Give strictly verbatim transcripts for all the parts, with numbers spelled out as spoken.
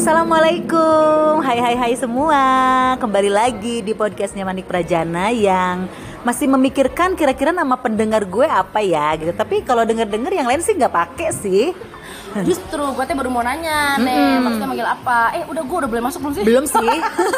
Assalamualaikum, hai hai hai semua. Kembali lagi di podcastnya Manik Prajana yang masih memikirkan kira-kira nama pendengar gue apa ya gitu. Tapi kalau denger-denger yang lain sih nggak pakai sih. Justru gue teh baru mau nanya nih, Mm-mm. maksudnya manggil apa? Eh udah gue udah boleh masuk belum sih? Belum sih.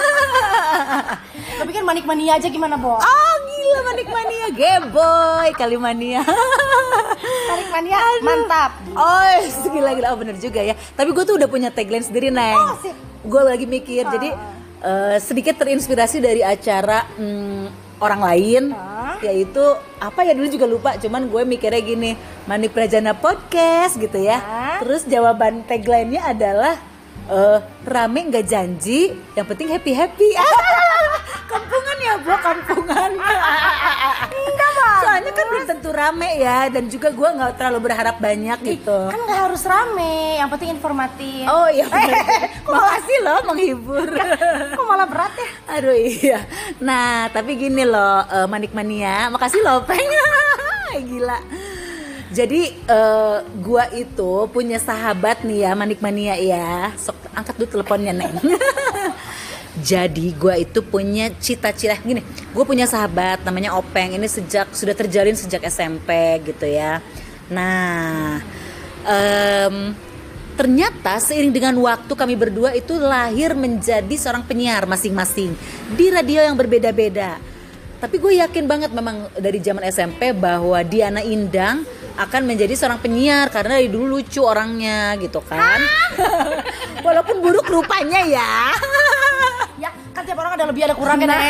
Tapi kan Manik Mania aja gimana, Bo? Oh gila, Manik Mania, geboy kali mania. Manik Mania mantap. Oh gila-gila, oh, bener juga ya. Tapi gue tuh udah punya tagline sendiri, Neng. Oh, sip. Gue lagi mikir, jadi eh, sedikit terinspirasi dari acara hmm, orang lain, Ah. yaitu apa ya dulu juga lupa. Cuman gue mikirnya gini, Manik Prajana Podcast gitu ya. Ah. Terus jawaban tagline-nya adalah eh, rame nggak janji, yang penting happy happy. Kampungan ya bro, kampungan. Enggak, Bang. Soalnya kan belum tentu rame ya, dan juga gue nggak terlalu berharap banyak gitu. Kan nggak harus rame, yang penting informatif. Oh iya bener. Makasih loh menghibur. Kok malah berat ya? Aduh iya. Nah tapi gini loh uh, Manik Mania, makasih loh Peng. Gila. Jadi uh, gua itu punya sahabat nih ya, Manik Mania ya. Sok angkat dulu teleponnya, Neng. Jadi gue itu punya cita-cita gini, gue punya sahabat namanya Openg. Ini sejak sudah terjalin sejak S M P gitu ya. Nah, um, ternyata seiring dengan waktu kami berdua itu lahir menjadi seorang penyiar masing-masing di radio yang berbeda-beda. Tapi gue yakin banget memang dari zaman S M P bahwa Diana Indang akan menjadi seorang penyiar karena dari dulu lucu orangnya gitu kan. Walaupun buruk rupanya ya. Ya, kan tiap orang ada lebih ada kurangnya, Nek.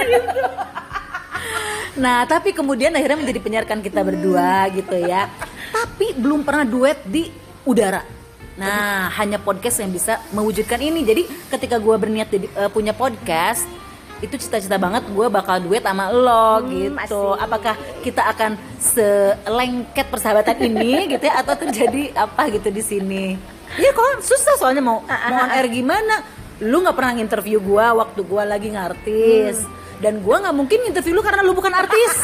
Nah, tapi kemudian akhirnya menjadi penyiar kan kita berdua gitu ya. Tapi belum pernah duet di udara. Nah, hanya podcast yang bisa mewujudkan ini. Jadi ketika gue berniat jadi, uh, punya podcast, itu cita-cita banget gue bakal duet sama lo Hmm, gitu. asik. Apakah kita akan selengket persahabatan ini gitu ya, atau terjadi apa gitu di sini? Iya kok susah soalnya mau mau on air gimana? Lu nggak pernah nginterview gue waktu gue lagi ngartis. Hmm. Dan gue nggak mungkin interview lu karena lu bukan artis.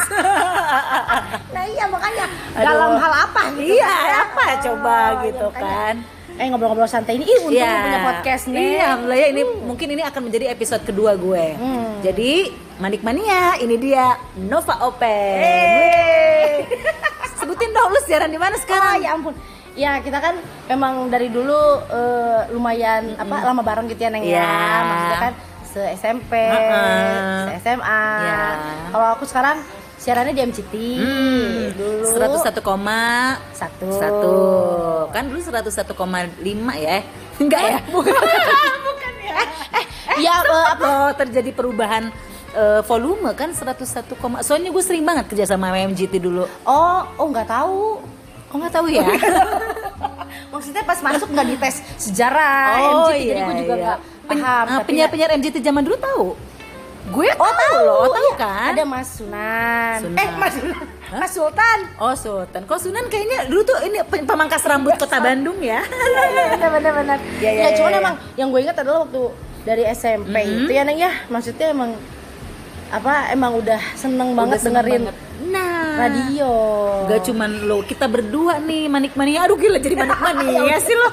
Nah iya makanya Aduh. dalam hal apa gitu? Iya, apa Oh, coba iya, gitu makanya. kan. Eh ngobrol-ngobrol santai ini, ih untung Iya. punya podcast nih. Iya, alhamdulillah ya, ini mungkin ini akan menjadi episode kedua gue. Hmm. Jadi Manik Mania, ini dia Nova Open. Hey. Sebutin dong lu siaran di mana Oh sekarang? ya ampun. Ya kita kan memang dari dulu eh, lumayan apa lama bareng gitu ya Neng Iya. ya. Maksudnya kan se S M P, Uh-uh. se S M A. Iya. Kalau aku sekarang siarannya di M C T Hmm, dulu. seratus satu koma Satu. satu. Kan dulu seratus satu koma lima ya? Enggak ya? Bukan. Bukan ya. Eh, ya eh, apa? Oh, terjadi perubahan eh, volume kan seratus satu, soalnya gue sering banget kerja sama M G T dulu. Oh, oh nggak tahu. Kok nggak tahu ya? Maksudnya pas masuk nggak dites sejarah M G T, jadi gue juga nggak Pen- paham. ah, tapi penyiar-penyiar M G T zaman dulu tahu. Gue ya- oh tahu loh, tahu iya. kan? Ada Mas Sunan. Sunan. Eh Mas Sunan. Mas Sultan. Oh Sultan. Kok Sunan kayaknya dulu tuh ini pe- pemangkas rambut kota Bandung ya? Benar-benar. Ya, ya, Ya, ya, cuman ya. emang yang gue ingat adalah waktu dari S M P Mhm. itu ya Neng ya, maksudnya emang apa emang udah seneng banget Udah seneng dengerin banget. Nah, radio. Gak cuman lo, kita berdua nih Manik Mania. Aduh gila jadi Manik Mania sih lo.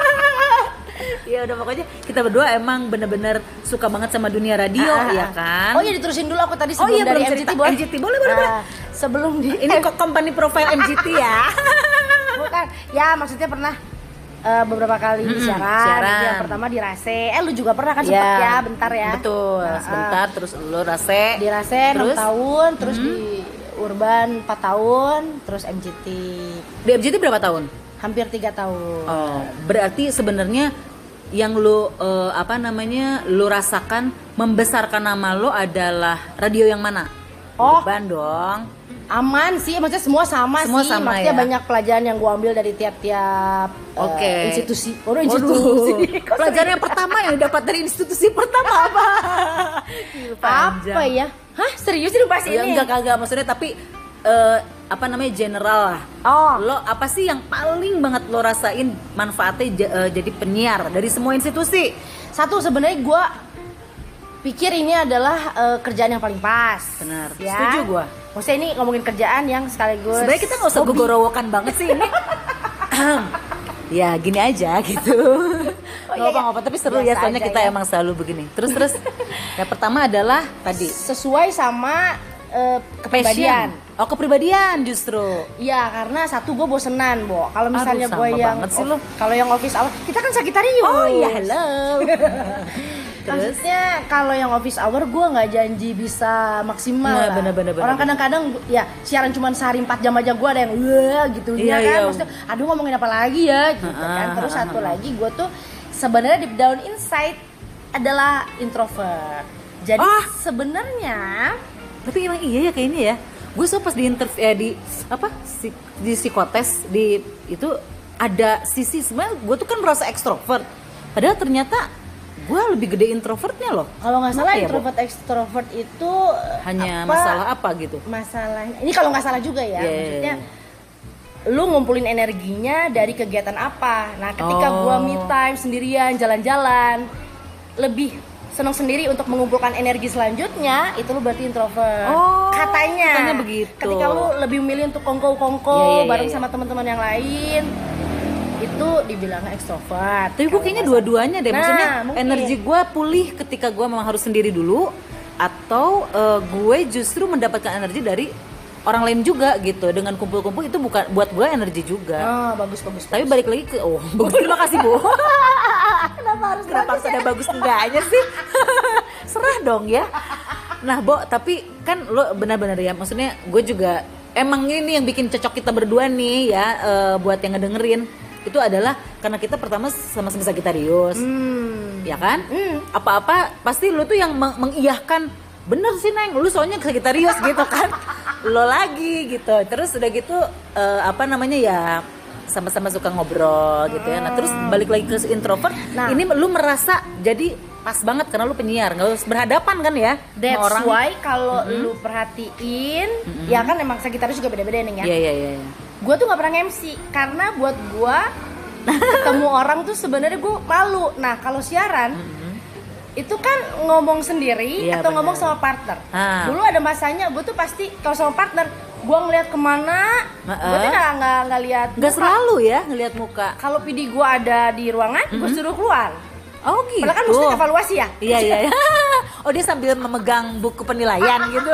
Ya udah pokoknya kita berdua emang bener-bener suka banget sama dunia radio Ah, ah, ya ah. kan. Oh iya diterusin dulu aku tadi Oh sebelum iya, dari belum M G T cerita. boleh. M G T boleh boleh boleh. Ah, sebelum di Ini kok company profile M G T ya. bukan. Ya maksudnya pernah eh, beberapa kali Mm-mm, siaran. siaran. Yang pertama di Rase. Eh lu juga pernah kan sempet Ya, ya, bentar ya. Betul, Nah, sebentar terus lo rase. Di Rase enam Terus? tahun, terus Mhm. di Urban empat tahun, terus M G T Di M G T berapa tahun? hampir tiga tahun. Oh, berarti sebenarnya yang lo eh, apa namanya lo rasakan membesarkan nama lo adalah radio yang mana? Oh. Urban dong. Aman sih, maksudnya semua sama Semua sih. sama Maksudnya ya? banyak pelajaran yang gua ambil dari tiap-tiap eh, Oke. institusi. Oh, Waduh, institusi. Kok pelajaran yang pertama yang didapat dari institusi pertama apa? Panjang. apa ya? Hah, serius ini bahas Ya ini? enggak kagak maksudnya tapi eh, apa namanya general lah. Oh, Lo apa sih yang paling banget lo rasain manfaatnya j- eh, jadi penyiar dari semua institusi? satu sebenarnya gua pikir ini adalah eh, kerjaan yang paling pas. Benar, Ya. setuju gua. Maksudnya ini ngomongin kerjaan yang sekaligus Sebenarnya kita nggak usah gogorowokan banget sih ini. Ya gini aja gitu. Oh iya, Gak apa iya. apa, tapi seru ya Biasa soalnya aja kita ya. emang selalu begini. Terus terus yang pertama adalah tadi Sesuai sama eh, kepribadian. passion. Oh, kepribadian justru. Iya, karena satu gue bosenan, Bo. Kalau misalnya Aduh, gue sama yang banget sih lu. kalau yang office hour, kita kan Sagitarius. Oh iya, halo. Terus Maksudnya kalau yang office hour gue nggak janji bisa maksimal Nah, lah. bener, bener, bener, Orang bener. kadang-kadang ya siaran cuma sehari empat jam aja gue ada yang wah gitu Iya, ya kan. iya. Maksudnya aduh ngomongin apa lagi ya gitu Ah, kan. Terus ah, satu ah. lagi gue tuh sebenarnya deep down inside adalah introvert. Jadi Ah. sebenarnya Tapi emang iya ya kayak ini ya. Gue so pas di interview eh, di apa si, di psikotes di itu ada sisi sebenarnya gue tuh kan merasa ekstrovert. Padahal ternyata gue lebih gede introvertnya loh. kalau nggak salah Kenapa ya, Bo? introvert extrovert itu Hanya apa, masalah apa gitu? masalahnya ini kalau nggak salah juga ya Yeah. maksudnya lu ngumpulin energinya dari kegiatan apa. Nah ketika Oh. gua me time sendirian jalan-jalan lebih senang sendiri untuk mengumpulkan energi selanjutnya, itu lu berarti introvert. Oh, katanya katanya begitu. ketika lu lebih memilih untuk kongko-kongko Iya, iya, iya, bareng iya. sama teman-teman yang lain, itu dibilangnya ekstrovert. Tapi gue Kalau kayaknya nggak dua-duanya deh. Nah, Maksudnya mungkin. energi gue pulih ketika gue memang harus sendiri dulu, atau eh, gue justru mendapatkan energi dari orang lain juga gitu. Dengan kumpul-kumpul itu bukan buat gue energi juga. Ah, bagus bagus. Tapi balik lagi ke oh bagus, terima kasih Bu. Kenapa harus Kenapa harus ada bagus enggaknya sih? Serah dong ya. Nah Bo, tapi kan lo benar-benar ya, maksudnya gue juga emang ini yang bikin cocok kita berdua nih ya, eh, buat yang ngedengerin itu adalah karena kita pertama sama-sama Sagitarius, Hmm. ya kan? Hmm. Apa-apa pasti lo tuh yang meng- mengiyahkan, bener sih Neng, lu soalnya Sagitarius gitu kan, lo lagi gitu. Terus udah gitu eh, apa namanya ya, sama-sama suka ngobrol gitu ya. Nah terus balik lagi ke introvert, Nah. ini lu merasa jadi pas banget karena lu penyiar, nggak harus berhadapan kan ya That's sama orang. why kalau lu perhatiin, ya kan emang Sagitarius juga beda-beda nih ya. Iya iya iya. Gue tuh nggak pernah M C karena buat gue ketemu orang tuh sebenarnya gue malu. Nah kalau siaran itu kan ngomong sendiri Iya, atau benar. ngomong sama partner. Ah. Dulu ada masanya gue tuh pasti kalau sama partner gue ngeliat kemana, gue Heeh. tuh nggak nggak nggak lihat. Nggak muka. selalu ya ngelihat muka. Kalau P D gue ada di ruangan, gue suruh keluar. Oh gitu. Padahal kan mesti evaluasi ya. Iya iya. iya. Oh dia sambil memegang buku penilaian gitu.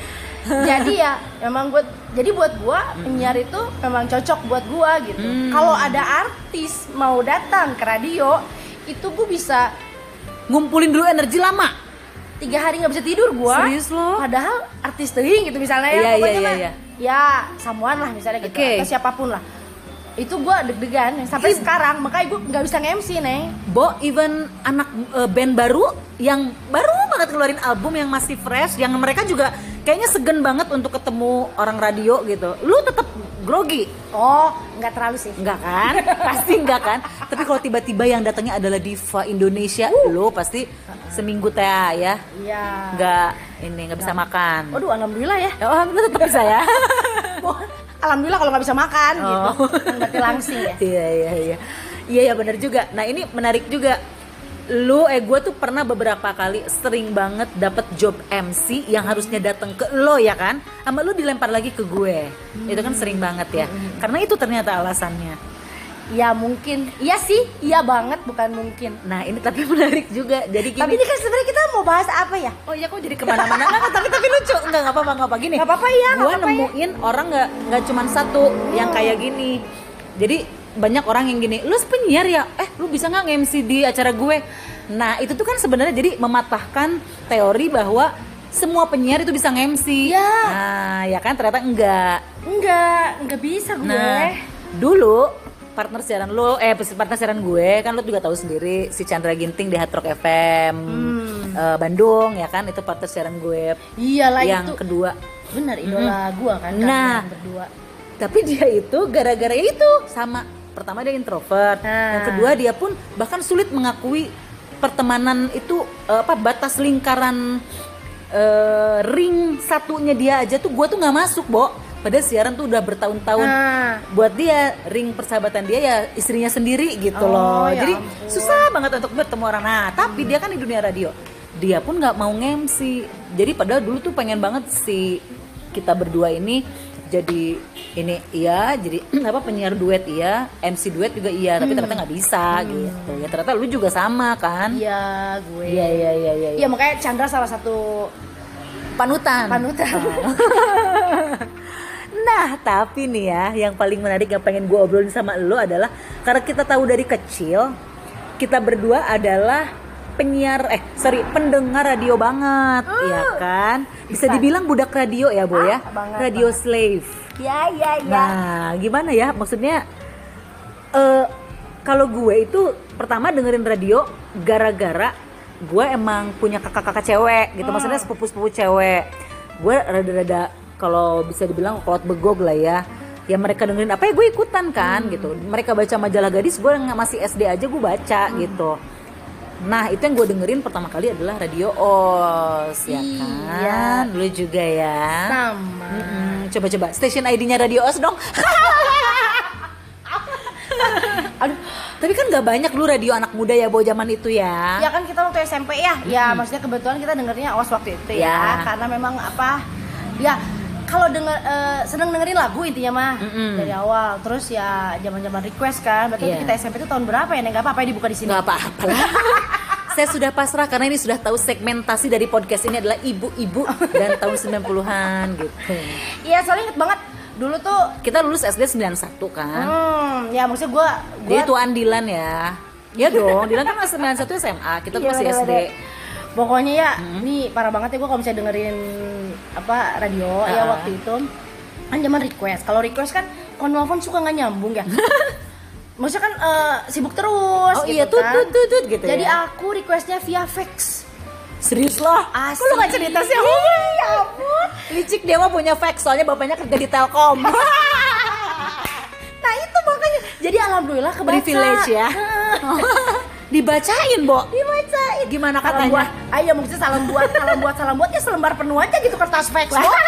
Jadi ya memang gue jadi buat gue penyiar itu memang cocok buat gue gitu. Hmm. Kalau ada artis mau datang ke radio itu gue bisa Ngumpulin dulu energi lama. tiga hari nggak bisa tidur gue. Serius lo? Padahal artis teuing gitu misalnya ya Iya, pokoknya iya, mah, iya, ya samuan lah misalnya gitu Oke. atau siapapun lah. Itu gue deg-degan sampai sekarang makanya gue nggak bisa nge-M C Neng. Bo, even anak eh, band baru yang baru banget keluarin album yang masih fresh, yang mereka juga kayaknya segen banget untuk ketemu orang radio gitu. Lu tetap grogi? Oh nggak terlalu sih. Enggak kan? Pasti enggak kan? Tapi kalau tiba-tiba yang datangnya adalah diva Indonesia, lu pasti seminggu teh ya. Iya. Enggak ini enggak bisa makan. Waduh alhamdulillah ya. Oh, alhamdulillah tetap bisa ya. Wah, alhamdulillah kalau nggak bisa makan gitu. Oh. Kan berarti langsing ya. Iya iya iya. Iya ya benar juga. Nah, ini menarik juga. Lu eh gue tuh pernah beberapa kali sering banget dapet job M C yang harusnya datang ke lo ya kan, sama lu dilempar lagi ke gue. Itu kan sering banget ya. Karena itu ternyata alasannya. Ya mungkin, iya sih, iya banget bukan mungkin. Nah ini tapi menarik juga. Jadi gini. Tapi ini kan sebenarnya kita mau bahas apa ya? Oh iya kok jadi kemana-mana. Nggak, tapi tapi lucu. Enggak nggak apa-apa nggak apa gini. Nggak apa-apa ya, nggak Gue apa-apa ya. nemuin orang nggak nggak cuma satu yang kayak gini. Jadi banyak orang yang gini, lu penyiar ya? Eh lu bisa nggak nge-M C di acara gue? Nah itu tuh kan sebenarnya jadi mematahkan teori bahwa semua penyiar itu bisa nge-M C. Iya. Nah ya kan ternyata enggak. Enggak, enggak bisa gue. Nah dulu partner siaran lo, eh partner siaran gue kan lo juga tahu sendiri si Chandra Ginting di Hard Rock F M eh, Bandung ya kan, itu partner siaran gue. Iyalah Yang itu. kedua. Benar idola gua kan Nah. kalian berdua. Tapi dia itu gara-gara itu sama, pertama dia introvert, Nah. yang kedua dia pun bahkan sulit mengakui pertemanan itu eh, apa batas lingkaran eh, ring satunya dia aja tuh gue tuh nggak masuk, Bo. Padahal siaran tuh udah bertahun-tahun. Nah. Buat dia ring persahabatan dia ya istrinya sendiri gitu Oh, loh. ya Jadi ampun. susah banget untuk bertemu orang. Nah, tapi dia kan di dunia radio. Dia pun nggak mau nge-M C. Jadi padahal dulu tuh pengen banget si kita berdua ini jadi ini iya, jadi apa penyiar duet iya, M C duet juga iya, tapi ternyata nggak bisa Hmm. gitu. Ya ternyata lu juga sama kan? Iya, gue. Iya iya iya iya. Iya, makanya Chandra salah satu Panutan. panutan. Oh. Nah, tapi nih ya, yang paling menarik yang pengen gue obrolin sama lo adalah karena kita tahu dari kecil kita berdua adalah penyiar eh sorry pendengar radio banget, Uh, ya kan? Bisa bisa. dibilang budak radio ya, Bo ya? Ah, banget, Radio slave. Iya, iya, iya. Nah, gimana ya? Maksudnya eh kalau gue itu pertama dengerin radio gara-gara gue emang punya kakak-kakak cewek gitu, Hmm. maksudnya sepupu-sepupu cewek. Gue rada-rada kalau bisa dibilang kolot begog lah ya. Ya mereka dengerin apa ya gue ikutan kan gitu. Mereka baca majalah gadis, gue nggak masih S D aja gue baca gitu. Nah itu yang gue dengerin pertama kali adalah Radio Oz, ya Iya. kan? Lu juga ya. Sama. Mm-mm. Coba-coba station I D-nya Radio Oz dong. Aduh, tapi kan nggak banyak lu radio anak muda ya Bo zaman itu ya. Ya kan kita waktu S M P ya, ya maksudnya kebetulan kita dengernya Oz waktu itu ya, Ya. karena memang apa, ya kalau denger eh, seneng dengerin lagu intinya mah Mm-mm. dari awal, terus ya zaman-zaman request kan, berarti Iya. kita S M P itu tahun berapa ya? Nggak apa-apa ya dibuka di sini. Nggak apa-apa lah. Saya sudah pasrah karena ini sudah tahu segmentasi dari podcast ini adalah ibu-ibu dan tahun sembilan puluhan gitu. Iya soalnya inget banget dulu tuh, Kita lulus S D sembilan puluh satu kan. hmm, ya maksudnya gue, Dia tuan Dilan ya. Ya dong, Dilan kan sembilan puluh satu S M A, kita tuh Iya, masih S D. bener-bener. Pokoknya ya, nih parah banget ya gue kalau misalnya dengerin apa radio ya Ah. waktu itu kan zaman request. Kalau request kan kalau nelfon suka nggak nyambung ya. Maksudnya kan eh, sibuk terus. Oh gitu iya, tut kan. tut tut tut gitu Jadi ya. aku requestnya via fax. Serius loh? Asli. Kok lu gak cerita sih? Ya ampun. Licik Dewa punya fax, soalnya bapaknya kerja di Telkom. Nah itu makanya. Jadi alhamdulillah kebaca. Privilege ya. Dibacain, Bo. Dibacain. Gimana Salam buat, katanya? ayo maksudnya salam buat, salam buat, salam buat ya selembar penuh aja gitu kertas fax.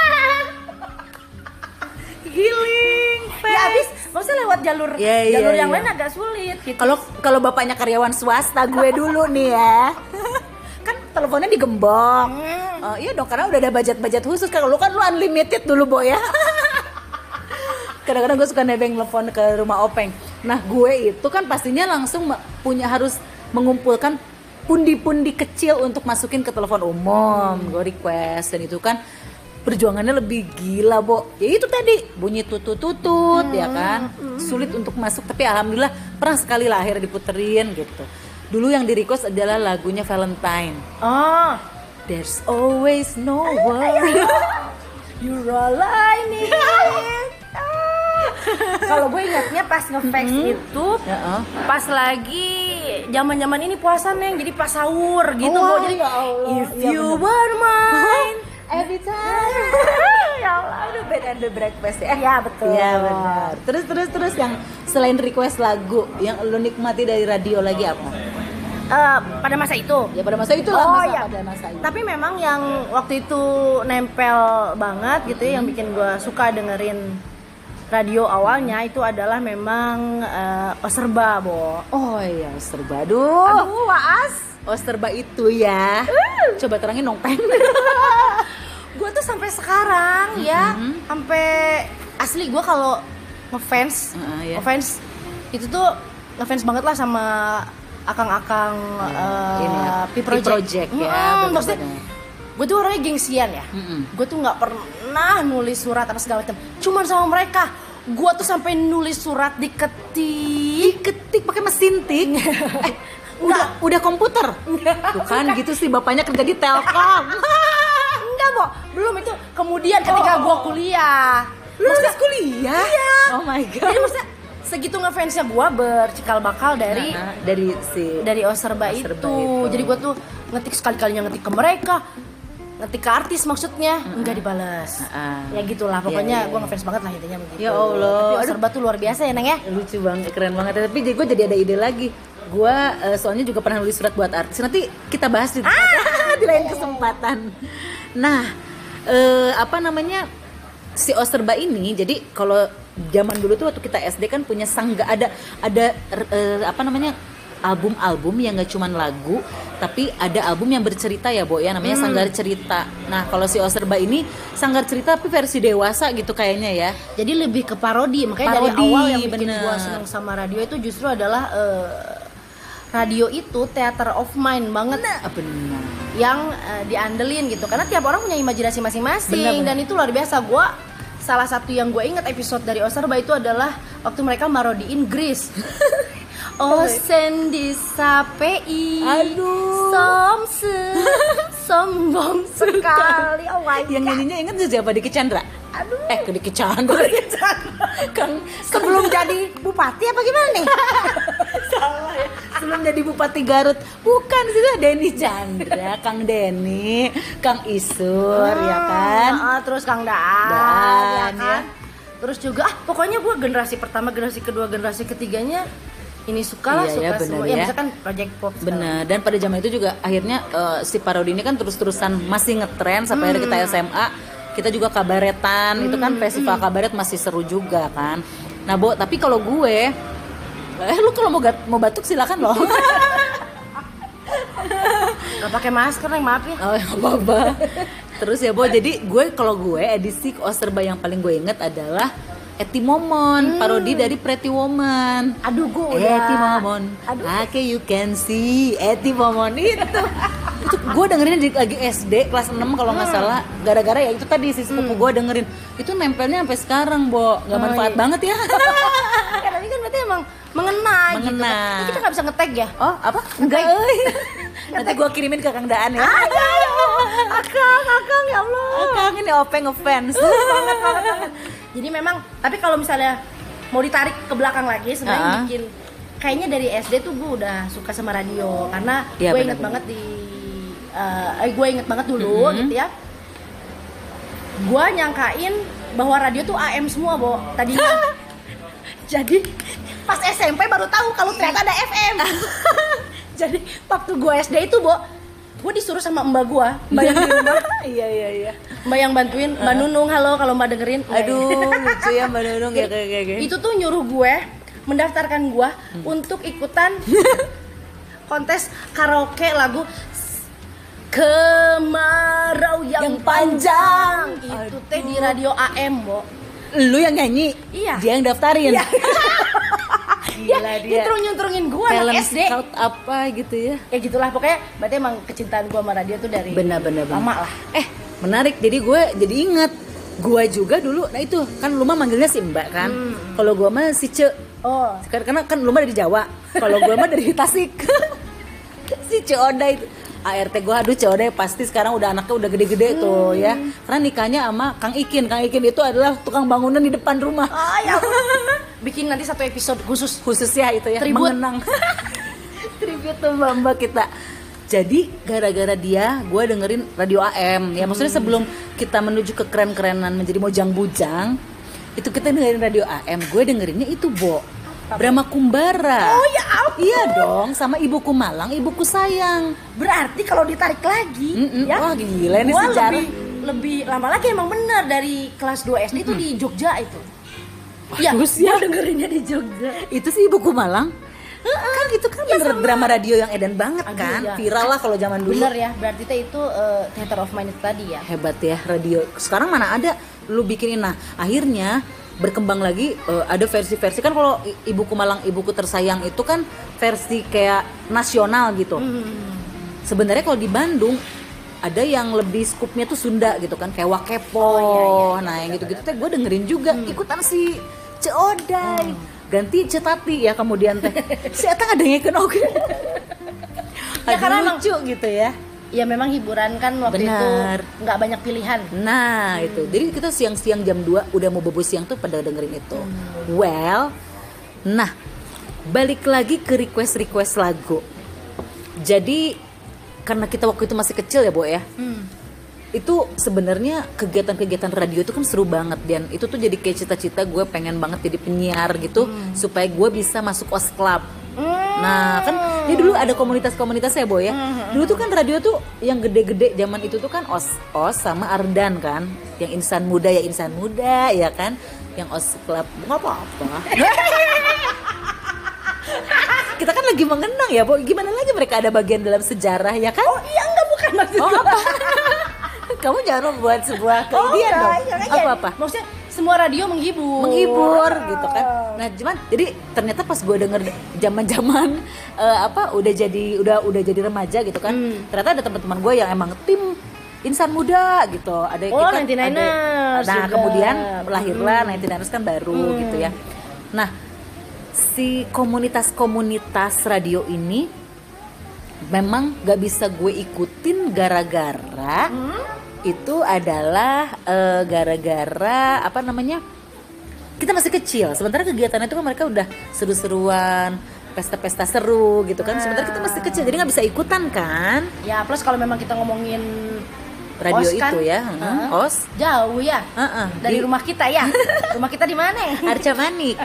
Giling, Ya abis, maksudnya lewat jalur Iya, iya, jalur yang iya. lain agak sulit gitu. Kalau kalau bapaknya karyawan swasta, gue dulu nih ya. Kan teleponnya digembok. Hmm. Oh, iya dong, karena udah ada budget-budget khusus. Kalau lu kan lu unlimited dulu, Bo ya. Kadang-kadang gue suka nebeng telepon ke rumah Openg. Nah, gue itu kan pastinya langsung ma- punya harus mengumpulkan pundi-pundi kecil untuk masukin ke telepon umum. Gue request dan itu kan perjuangannya lebih gila, Bo. Ya itu tadi bunyi tutut-tutut ya kan. Sulit untuk masuk, tapi alhamdulillah pernah sekali lah akhirnya diputerin gitu. Dulu yang di request adalah lagunya Valentine. Oh, There's always no worry. you're all I need. Kalau gue ingatnya pas nge-fax itu Ya, oh. pas lagi zaman-zaman ini puasa neng, jadi pas sahur gitu Oh, Bo. Jadi ya Allah. if Iya, you bener. were mine. Every time. Ya Allah, udah bed and the breakfast ya. Ya, betul. Iya benar. Terus terus terus yang selain request lagu yang lo nikmati dari radio lagi apa? Eh, pada masa itu. Ya pada masa itu lah, Oh, masa iya. pada masa itu. Tapi memang yang waktu itu nempel banget gitu ya, yang bikin gue suka dengerin radio awalnya itu adalah memang eh, Oserba, Bo. Oh iya, Osterba. Aduh. Aduh, waas. Osterba itu ya. Coba terangin dong, Peng. Gue tuh sampai sekarang ya, Mm-hmm. sampai asli gue kalau ngefans, Uh, iya. ngefans itu tuh ngefans banget lah sama akang-akang eh, Ini ya, P Project. P Project ya, Mm, maksudnya bener-bener. gue tuh orangnya gengsian ya. Mm-mm. Gue tuh nggak pernah nulis surat apa segala macam. Cuman sama mereka, gue tuh sampai nulis surat diketik. Diketik pakai mesin tik. eh, udah udah komputer. Tuh kan gitu sih bapaknya kerja di Telkom. Enggak, Bo. Belum itu. Kemudian ketika gue kuliah. Lu lulus kuliah? Iya. Oh my god. Jadi maksudnya segitu ngefansnya gue bercikal bakal dari Nah, dari si dari Oserba itu. Oserba itu. Jadi gue tuh ngetik sekali-kalinya ngetik ke mereka, ngetik ke artis maksudnya, enggak dibalas. Heeh. Ya gitulah, pokoknya Iya, iya, gue iya. ngefans banget lah intinya begitu. Ya Allah. Tapi Aduh. Oserba tuh luar biasa ya, Neng ya. lucu banget, keren banget. Tapi gue jadi ada ide lagi. Gue uh, soalnya juga pernah nulis surat buat artis. Nanti kita bahas di, di lain kesempatan. Nah, uh, apa namanya si Oserba ini? Jadi kalau zaman dulu tuh waktu kita S D kan punya sangga, ada ada uh, apa namanya album-album yang gak cuman lagu, tapi ada album yang bercerita ya, Bo, ya, namanya hmm. Sanggar Cerita. Nah, kalau si Oserba ini Sanggar Cerita tapi versi dewasa gitu kayaknya ya. Jadi lebih ke parodi, makanya parodi, dari awal yang bikin gue seneng sama radio itu justru adalah uh, radio itu theater of mind banget. Nah, benar. Yang uh, diandelin gitu, karena tiap orang punya imajinasi masing-masing. Bener, bener. Dan itu luar biasa. Gue salah satu yang gue inget episode dari Oserba itu adalah waktu mereka marodiin Grease. Oh Sandy Sapei, aduh, somse, sombong sekali. Oh my God. Yang nyanyinya inget tuh siapa? Diki Chandra. Aduh. Eh, ke Diki Chandra. Kang sebelum jadi bupati apa gimana nih? Salah ya. Sebelum jadi bupati Garut, bukan sih, Denny Chandra, Kang Denny, Kang Isur, hmm, ya kan? Uh, terus Kang Daan, Dan, ya kan? Ya. Terus juga, ah pokoknya gue generasi pertama, generasi kedua, generasi ketiganya ini suka lah, iya, suka ya, semua. Ya, ya misalkan Project Pop. Bener. Dan pada zaman itu juga akhirnya uh, si parodi ini kan terus-terusan masih ngetren sampai hmm. kita S M A. Kita juga kabaretan, hmm. itu kan festival hmm. kabaret masih seru juga kan. Nah, Bo, tapi kalau gue, eh lu kalau mau mau batuk silakan loh. Gak pakai masker nih, maaf ya. Oh, ya apa-apa. Terus ya, Bo, jadi gue kalau gue edisi Oserba yang paling gue inget adalah Eti Momon, hmm. parodi dari Pretty Woman. Aduh, gue udah. Eti Momon, okay you can see. Eti Momon itu. Itu gue dengerin lagi S D kelas enam kalau nggak hmm. salah. Gara-gara ya itu tadi si sepupu hmm. gue dengerin. Itu nempelnya sampai sekarang, Bo. Gak manfaat oh, iya. banget ya. Ya, tapi kan berarti emang mengena, mengena. Gitu. Kita nggak bisa nge-tag ya? Oh, apa? Enggak. Nanti gue kirimin ke Kang Daan ya. Ah, ya, ya. Akang, akang ya Allah. Akang ini Openg ngefans. banget, banget, banget. Jadi memang, tapi kalau misalnya mau ditarik ke belakang lagi sebenarnya uh-huh. bikin kayaknya dari S D tuh gue udah suka sama radio karena ya, gue inget banget di uh, eh, gue inget banget dulu mm-hmm. gitu ya. Gue nyangkain bahwa radio tuh A M semua, Bo. Tadinya. Jadi pas S M P baru tahu kalau ternyata ada F M. Jadi waktu gue S D itu, Bo, gue disuruh sama mbak gue, mbak yang di rumah. Iya iya iya. Mbak yang bantuin, Mbak uh. Nunung, halo kalau Mbak dengerin. Aduh, lucu ya Mbak Nunung ya kayak kayak. Itu tuh nyuruh gue mendaftarkan gue hmm. untuk ikutan kontes karaoke lagu Kemarau yang, yang panjang. panjang. Itu teh di radio A M, Bo. Lu yang nyanyi? Iya. Dia yang daftarin. Iya. Gila ya, dia nyuntrung-nyuntrungin gue anak S D scout apa gitu ya. Ya gitulah pokoknya. Berarti emang kecintaan gue sama radio tuh dari benar-benar lama lah. Eh menarik, jadi gue jadi inget gue juga dulu, nah itu kan lu mah manggilnya si Mbak kan, hmm. kalau gue mah si Ce. Oh. Karena kan lu mah dari Jawa, kalau gue mah dari Tasik. Si Ce Oda itu A R T gue, aduh Ce Oda pasti sekarang udah anaknya udah gede-gede hmm. tuh ya, karena nikahnya sama Kang Ikin. Kang Ikin itu adalah tukang bangunan di depan rumah. Oh ya. Bikin nanti satu episode khusus khusus ya itu ya, tribute. Mengenang tribute tuh mbak-mbak kita. Jadi gara-gara dia gue dengerin radio A M ya, maksudnya sebelum kita menuju ke keren-kerenan menjadi mojang bujang itu kita dengerin radio A M. Gue dengerinnya itu, Bo, Brahma Kumbara. Oh ya ampun. Iya dong, sama Ibuku Malang, Ibuku Sayang. Berarti kalau ditarik lagi Mm-mm. ya, wah gila ini gua sejarah lebih, lebih lama lagi emang bener dari kelas dua S D itu mm-hmm. di Jogja itu. Iya, ya dengerinnya di Jogja. Itu sih Ibuku Malang. Kan itu kan ya, bener drama radio yang edan banget. Aduh, kan ya. Viral lah kalau zaman dulu. Bener ya, berarti itu uh, theater of mind itu tadi ya. Hebat ya radio. Sekarang mana ada lu bikinin. Nah akhirnya berkembang lagi, uh, ada versi-versi kan. Kalau Ibuku Malang, Ibuku Tersayang itu kan versi kayak nasional gitu. hmm. Sebenarnya kalau di Bandung ada yang lebih skupnya tuh Sunda gitu kan, kayak Wakepo. Oh, iya, iya, nah yang gitu-gitu teh gue dengerin juga. hmm. Ikutan si Ce Odai. hmm. Ganti Cetati ya kemudian teh. Si Eta ada ngeken oke. Ya karena lucu gitu ya. Ya memang hiburan kan waktu Benar. Itu nggak banyak pilihan. Nah hmm. itu. Jadi kita siang-siang jam dua udah mau bobo siang tuh pada dengerin itu. Hmm. Well, nah balik lagi ke request-request lagu. Jadi karena kita waktu itu masih kecil ya, Bo ya. Hmm. Itu sebenarnya kegiatan-kegiatan radio itu kan seru banget, dan itu tuh jadi kayak cita-cita gue pengen banget jadi penyiar gitu, hmm. supaya gue bisa masuk O S Club. Hmm. Nah kan ya dulu ada komunitas-komunitasnya, Boy ya. Hmm. Dulu tuh kan radio tuh yang gede-gede zaman itu tuh kan O S O S sama Ardan kan, yang insan muda ya insan muda ya kan, yang O S Club nggak apa-apa. kita kan lagi mengenang ya, Bo. Gimana lagi mereka ada bagian dalam sejarah ya kan? Oh iya enggak, bukan maksud Oh, gua. apa? Kamu jangan membuat sebuah Oh, kemudian enggak, dong. iya, iya. Apa-apa? Maksudnya semua radio menghibur. Menghibur gitu kan. Nah, cuman jadi ternyata pas gue denger zaman-zaman uh, apa udah jadi udah udah jadi remaja gitu kan. Hmm. Ternyata ada teman-teman gue yang emang tim insan muda gitu. Ada Oh, kita sembilan puluh sembilaners ada, nah, juga. kemudian lahirlah Hmm. sembilan puluh sembilaners kan baru Hmm. gitu ya. Nah, si komunitas-komunitas radio ini memang gak bisa gue ikutin gara-gara Hmm? itu adalah uh, gara-gara apa namanya, kita masih kecil, sementara kegiatannya itu kan mereka udah seru-seruan, pesta-pesta seru gitu kan, sementara kita masih kecil jadi nggak bisa ikutan kan. Ya plus kalau memang kita ngomongin Radio O S kan, itu ya, uh, hmm, O S jauh ya uh-uh, dari di rumah kita ya. Rumah kita di mana? Arca Manik.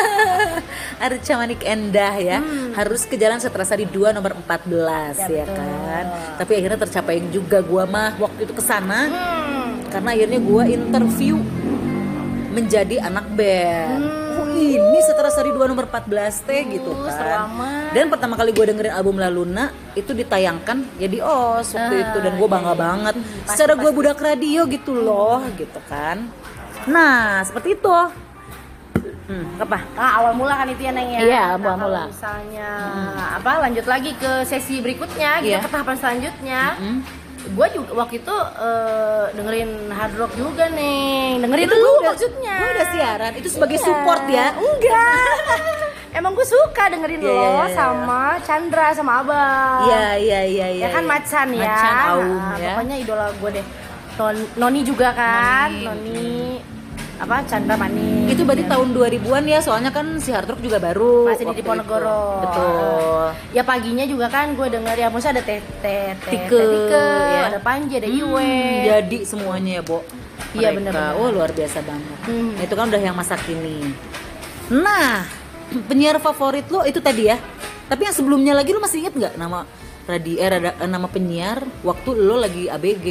Arca Manik Endah ya. Hmm. Harus ke Jalan Setrasari dua nomor empat belas Ya, ya, betul. kan. Tapi akhirnya tercapai juga gua mah waktu itu kesana Hmm. karena akhirnya gua interview menjadi anak band. Hmm. Oh, ini Setrasari dua nomor empat belas teh gitu Uh, kan. selamat. Dan pertama kali gue dengerin album La Luna itu ditayangkan ya di O S waktu Ah, itu, dan gue bangga iya, iya. banget. Pasti, Secara gue pasti. budak radio gitu loh, gitu kan. Nah, seperti itu. Hmm, apa? Nah, awal mula kan itu ya Neng ya. Iya, Nah, awal mula. kalau misalnya apa lanjut lagi ke sesi berikutnya, gitu Iya. ke tahapan selanjutnya. Hmm. Gue juga waktu itu eh, dengerin hard rock juga Neng. Dengerin Itu dulu lu udah- maksudnya. Gue udah siaran, itu sebagai Iya. support ya? Enggak. Emang gue suka dengerin Iya, lo iya, iya. sama Chandra sama Abang. Iya, iya, iya, iya. Ya kan iya. Macan ya. Macan Aum Nah, ya. Pokoknya idola gue deh. Non- Noni juga kan, Noni. Noni. Apa Chandra Manik. Itu berarti tahun dua ribuan ya, soalnya kan si hard rock juga baru. Masih di waktu Diponegoro. itu. Betul. Ya paginya juga kan gue denger ya, maksudnya ada teh teh teh Tike, Tike, ya. ada Panji, ada Hmm, Iwe. jadi semuanya ya, Bo. Iya, Mereka. benar-benar. Oh, luar biasa banget. Hmm. Nah, itu kan udah yang masa kini. Nah, penyiar favorit lo itu tadi ya. Tapi yang sebelumnya lagi lo masih inget nggak nama radio eh, rada- eh, nama penyiar waktu lo lagi A B G?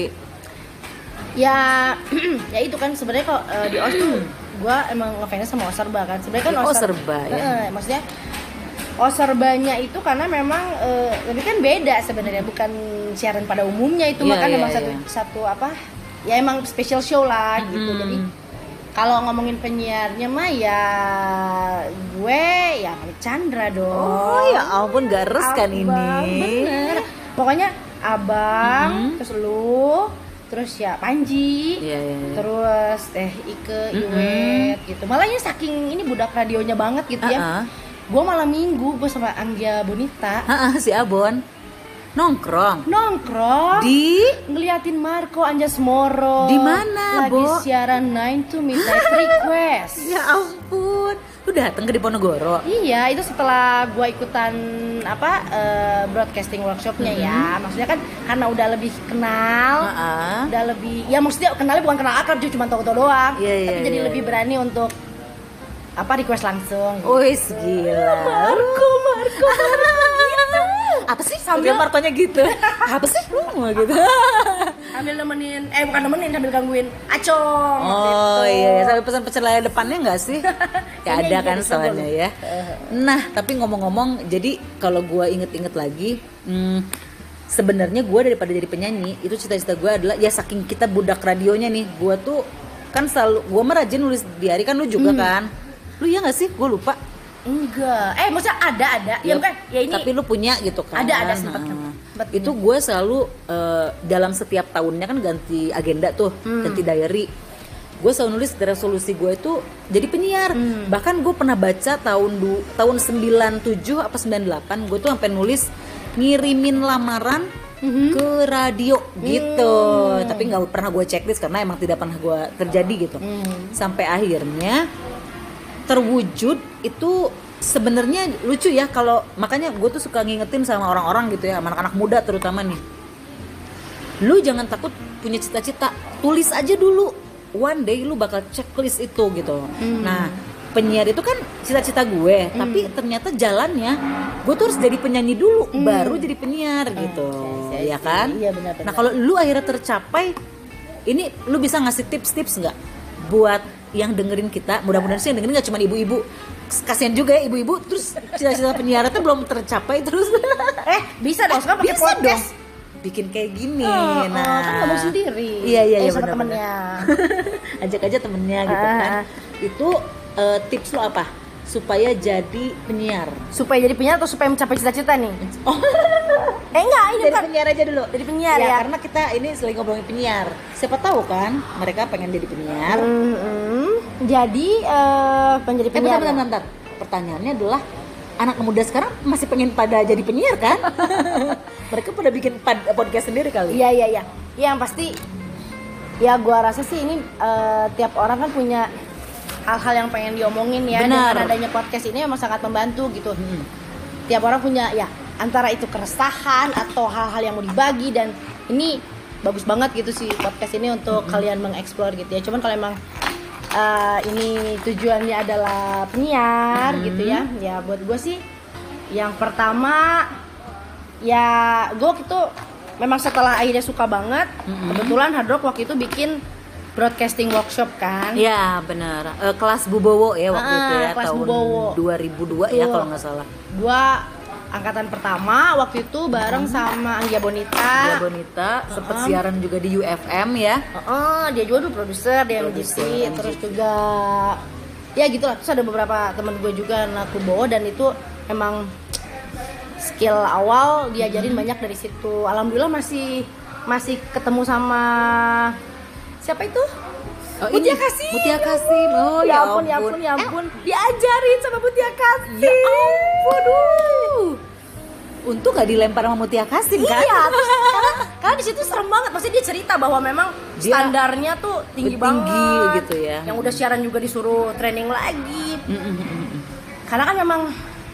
Ya, ya itu kan sebenarnya kok eh, di O S tuh gue emang ngefans sama Oserba kan. Sebenarnya kan Di Oser- Oserba, ya. Eh, maksudnya Oserbanya itu karena memang eh, tapi kan beda sebenarnya, bukan siaran pada umumnya itu, Iya, mah kan iya, emang satu iya. satu apa? Ya emang special show lah gitu. Mm-mm. Jadi kalau ngomongin penyiarnya mah ya gue ya Malik Chandra dong. Oh ya ampun, gak res kan Abang, ini. bener. Pokoknya abang, Mhm. terus lu, terus ya Panji, Iya, iya, iya. terus teh Ike, Mhm. Iwet gitu. Malah ini saking ini budak radionya banget gitu ya. Uh-uh. Gue malam minggu gue sama Anggia Bonita Ha-ha, si Abon nongkrong nongkrong di ngeliatin Marco Anjas Moro. Di mana, lagi Bo? siaran nine to Midnight Request. ya ampun, lu datang ke Diponegoro. Iya, itu setelah gua ikutan apa eh, broadcasting workshopnya ya. Maksudnya kan karena udah lebih kenal, Ha-ha. udah lebih, ya maksudnya kenalnya bukan kenal akrab, cuma tahu-tahu doang. Iya, iya, Tapi jadi iya. lebih berani untuk apa request langsung. Wis gila. Marco, Marco, Apa sih? Sambil- Sambil Marconya gitu. Apa sih? Lu mau gitu. sambil nemenin, eh bukan nemenin, sambil gangguin Acong. Oh gitu. iya, sampai pesan-pesan layar depannya nggak sih? Ya Kayaknya ada iya kan bisa soalnya boleh. ya. Nah, tapi ngomong-ngomong, jadi kalau gue inget-inget lagi, hmm, sebenarnya gue daripada jadi penyanyi, itu cita-cita gue adalah ya saking kita budak radionya nih, gue tuh kan selalu, gue mah rajin nulis diary, kan lu juga Hmm. kan? Lu ya nggak sih? Gue lupa. Enggak. Eh maksudnya ada ada. Ya, bukan. Ya ini Tapi lu punya gitu kan? Ada, ada, sempet, Nah, sempet itu gue selalu eh, dalam setiap tahunnya kan ganti agenda tuh, Hmm. ganti diary. Gue selalu nulis resolusi gue itu jadi penyiar. Hmm. Bahkan gue pernah baca tahun du, tahun sembilan tujuh apa sembilan delapan, gue tuh sampai nulis ngirimin lamaran Mhm. ke radio gitu. Hmm. Tapi nggak pernah gue checklist karena emang tidak pernah gue terjadi gitu. Hmm. Sampai akhirnya terwujud itu. Sebenarnya lucu ya, kalau makanya gue tuh suka ngingetin sama orang-orang gitu ya, sama anak-anak muda terutama nih, lu jangan takut punya cita-cita, tulis aja dulu, one day lu bakal checklist itu gitu. Hmm. Nah, penyiar itu kan cita-cita gue, tapi ternyata jalannya gue tuh harus jadi penyanyi dulu, Hmm. baru jadi penyiar gitu, iya, iya, ya kan? iya, benar-benar. Nah kalau lu akhirnya tercapai, ini lu bisa ngasih tips-tips nggak buat yang dengerin kita, mudah-mudahan sih yang dengerin nggak cuma ibu-ibu, kasihan juga ya ibu-ibu terus cita-cita penyiaran tuh belum tercapai terus. Eh bisa dong sekarang pakai podcast dong. Bikin kayak gini, oh, nah oh, kan ngomong sendiri, iya iya eh, iya sama bener, temennya, ajak aja temennya gitu ah. kan. Itu uh, tips lo apa supaya jadi penyiar? Supaya jadi penyiar atau supaya mencapai cita-cita nih? Oh. eh enggak, ini jadi kan penyiar aja dulu. Jadi penyiar ya, ya. Karena kita ini sering ngobrolin penyiar. Siapa tahu kan mereka pengen jadi penyiar. Mm-hmm. Jadi uh, pengen jadi penyiar. Eh, bentar, bentar, bentar. Pertanyaannya adalah anak muda sekarang masih pengen pada jadi penyiar kan? Mereka pada bikin podcast sendiri kali. Iya iya iya. Yang pasti ya gua rasa sih ini uh, tiap orang kan punya hal-hal yang pengen diomongin ya. Benar. Dengan adanya podcast ini memang sangat membantu gitu. Hmm. Tiap orang punya ya antara itu keresahan atau hal-hal yang mau dibagi, dan ini bagus banget gitu sih podcast ini untuk hmm. kalian mengeksplor gitu ya. Cuman kalau emang uh, ini tujuannya adalah penyiar hmm. gitu ya, ya buat gue sih yang pertama ya gue gitu memang setelah akhirnya suka banget, hmm. kebetulan Hard Rock waktu itu bikin broadcasting workshop kan. Iya benar, uh, kelas Bubowo ya waktu ah, itu ya, kelas tahun Bubowo. dua ribu dua ya kalau nggak salah. Gua angkatan pertama waktu itu bareng hmm. sama Anggia Bonita. Anggia Bonita sempet uh-huh. siaran juga di U F M ya. Uh-uh, dia juga dulu produser di M G C, terus juga ya gitulah. Terus ada beberapa teman gue juga anak Bubowo, dan itu emang skill awal diajarin hmm. banyak dari situ. Alhamdulillah masih masih ketemu sama siapa itu? Oh, Mutia Kasim. Mutia Kasim. Oh ya, ya ampun, ya ampun, ya ampun. Eh. Diajarin sama Mutia Kasim. Ya ampun. Aduh. Untung gak dilempar sama Mutia Kasim kan? Iya, terus karena, karena di situ serem banget. Maksudnya dia cerita bahwa memang dia standarnya tuh tinggi, tinggi banget gitu ya. Yang udah siaran juga disuruh training lagi. Mm-mm. Karena kan memang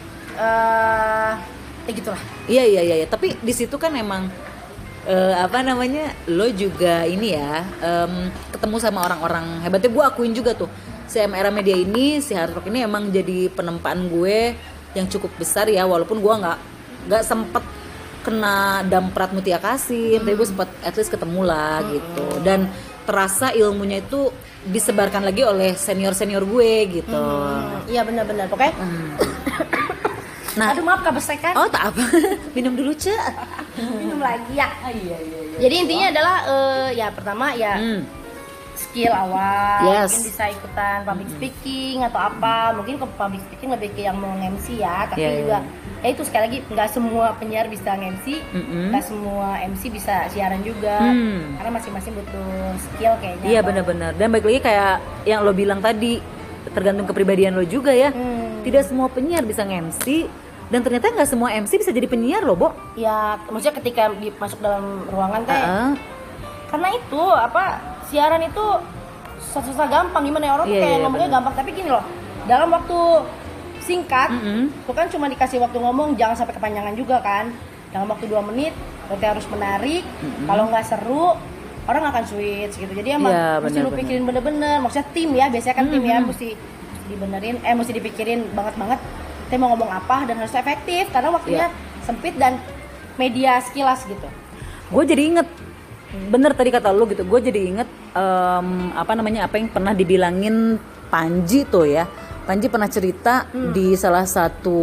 uh, ya gitulah. Iya iya iya, tapi di situ kan emang uh, apa namanya, lo juga ini ya um, ketemu sama orang-orang hebatnya. Gue akuin juga tuh si M Era Media ini, si Hard Rock ini emang jadi penempaan gue yang cukup besar ya, walaupun gue nggak nggak sempet kena damprat Mutia Kasim, hmm. tapi gue sempet at least ketemu lah hmm. gitu, dan terasa ilmunya itu disebarkan lagi oleh senior-senior gue gitu. Hmm. Iya benar-benar, pokoknya. Hmm. Nah, aduh maaf kebesekan. Oh tak apa, minum dulu Ce. Minum lagi ya. Oh, iya, iya, iya. Jadi intinya oh. adalah uh, ya pertama ya hmm. skill awal, yes. mungkin bisa ikutan public hmm. speaking atau apa. Mungkin ke public speaking lebih ke yang mau nge-M C ya, tapi yeah, juga yeah. ya itu sekali lagi nggak semua penyiar bisa nge-M C, mm-hmm. nggak semua M C bisa siaran juga, hmm. karena masing-masing butuh skill kayaknya. Iya benar-benar. Dan balik lagi kayak yang lo bilang tadi, tergantung kepribadian lo juga ya. Hmm. Tidak semua penyiar bisa nge-M C, dan ternyata nggak semua M C bisa jadi penyiar loh, Bo. Ya, maksudnya ketika masuk dalam ruangan teh. Uh-uh. Karena itu apa siaran itu susah-susah gampang, gimana ya orang yeah, kayak yeah, ngomongnya bener. Gampang, tapi gini loh. Dalam waktu singkat, mm-hmm. itu kan cuma dikasih waktu ngomong, jangan sampai kepanjangan juga kan. Dalam waktu dua menit, berarti harus menarik. Mm-hmm. Kalau nggak seru, orang akan switch gitu. Jadi emang yeah, mesti bener, lu pikirin bener. bener-bener. Maksudnya tim ya, biasanya kan mm-hmm. tim ya mesti dibenerin, eh mesti dipikirin banget-banget. Kita mau ngomong apa dan harus efektif karena waktunya yeah. sempit dan media sekilas gitu. Gue jadi inget, bener tadi kata lu gitu. Gue jadi inget um, apa namanya apa yang pernah dibilangin Panji tuh ya. Panji pernah cerita hmm. di salah satu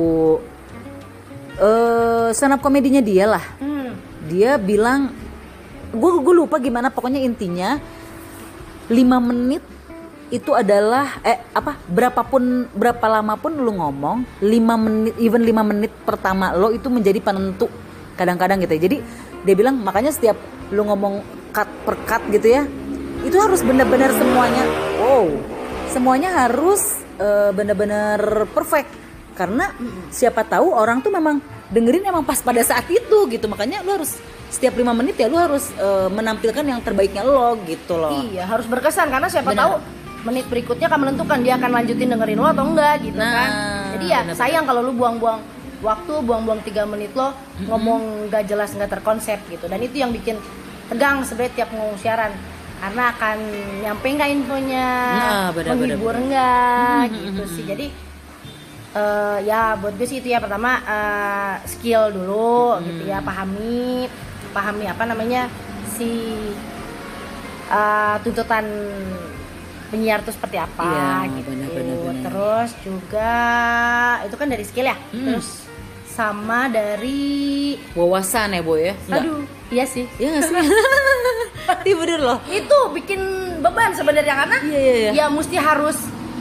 uh, stand up komedinya dia lah. Hmm. Dia bilang, gue gue lupa gimana, pokoknya intinya lima menit itu adalah eh apa berapapun berapa lama pun lu ngomong, lima menit even lima menit pertama lo itu menjadi penentu kadang-kadang gitu ya. Jadi dia bilang makanya setiap lu ngomong cut per cut gitu ya, itu harus benar-benar semuanya wow semuanya harus uh, benar-benar perfect, karena siapa tahu orang tuh memang dengerin emang pas pada saat itu gitu. Makanya lu harus setiap lima menit ya lu harus uh, menampilkan yang terbaiknya lo gitu loh. Iya, harus berkesan karena siapa bener. tahu menit berikutnya akan menentukan dia akan lanjutin dengerin lo atau enggak gitu nah, kan. Jadi ya bener, sayang kalau lu buang-buang waktu, buang-buang tiga menit lo mm-hmm. ngomong gak jelas, gak terkonsep gitu. Dan itu yang bikin tegang sebenarnya tiap ngomong siaran, karena akan nyampe nggak infonya, nah, bener, menghibur nggak mm-hmm. gitu sih. Jadi uh, ya buat gue sih itu ya pertama uh, skill dulu mm-hmm. gitu ya, pahami pahami apa namanya si uh, tuntutan penyiar tuh seperti apa ya, gitu. Benar, benar, benar. Terus juga itu kan dari skill ya. Hmm. Terus sama dari wawasan ya Boy ya. Enggak. Aduh, iya sih. Iya nggak sih? Iya bener loh. Itu bikin beban sebenarnya karena iya, iya, iya. ya mesti harus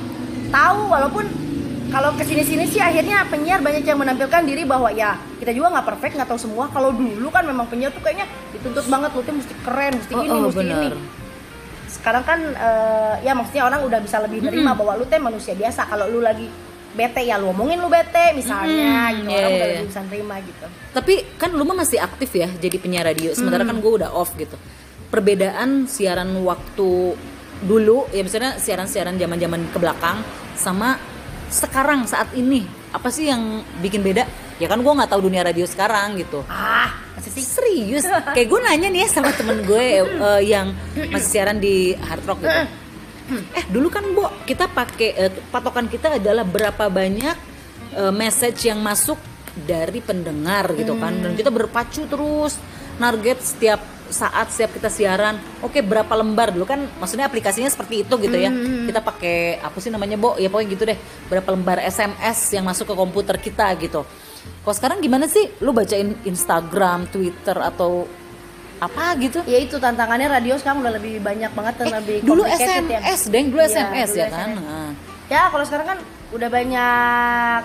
tahu walaupun kalau kesini-sini sih akhirnya penyiar banyak yang menampilkan diri bahwa ya kita juga nggak perfect, nggak tahu semua. Kalau dulu kan memang penyiar tuh kayaknya dituntut banget, lu tuh mesti keren, mesti oh, ini, oh, mesti bener. ini. Sekarang kan uh, ya maksudnya orang udah bisa lebih nerima mm-hmm. bahwa lu teh manusia biasa. Kalau lu lagi bete ya lu omongin lu bete misalnya, mm-hmm. gitu yeah, orang yeah. udah lebih bisa nerima gitu. Tapi kan lu mah masih aktif ya jadi penyiar radio. Sementara mm. kan gue udah off gitu. Perbedaan siaran waktu dulu ya misalnya siaran-siaran zaman-zaman ke belakang sama sekarang saat ini apa sih yang bikin beda? Ya kan gue nggak tahu dunia radio sekarang gitu. Ah, masih serius? Kayak gue nanya nih ya sama temen gue uh, yang masih siaran di Hard Rock gitu. Eh dulu kan Bo kita pakai uh, patokan kita adalah berapa banyak uh, message yang masuk dari pendengar gitu kan, dan kita berpacu terus target setiap saat setiap kita siaran, oke okay, berapa lembar dulu kan, maksudnya aplikasinya seperti itu gitu ya. Mm-hmm. Kita pakai apa sih namanya Bo? Ya pokoknya gitu deh. Berapa lembar S M S yang masuk ke komputer kita gitu. Kalau sekarang gimana sih? Lu bacain Instagram, Twitter atau apa gitu? Ya itu tantangannya radio sekarang udah lebih banyak banget dan eh, lebih dulu S M S, ya. Deng, dulu ya, S M S dulu ya kan. S M S. Nah. Ya kalau sekarang kan udah banyak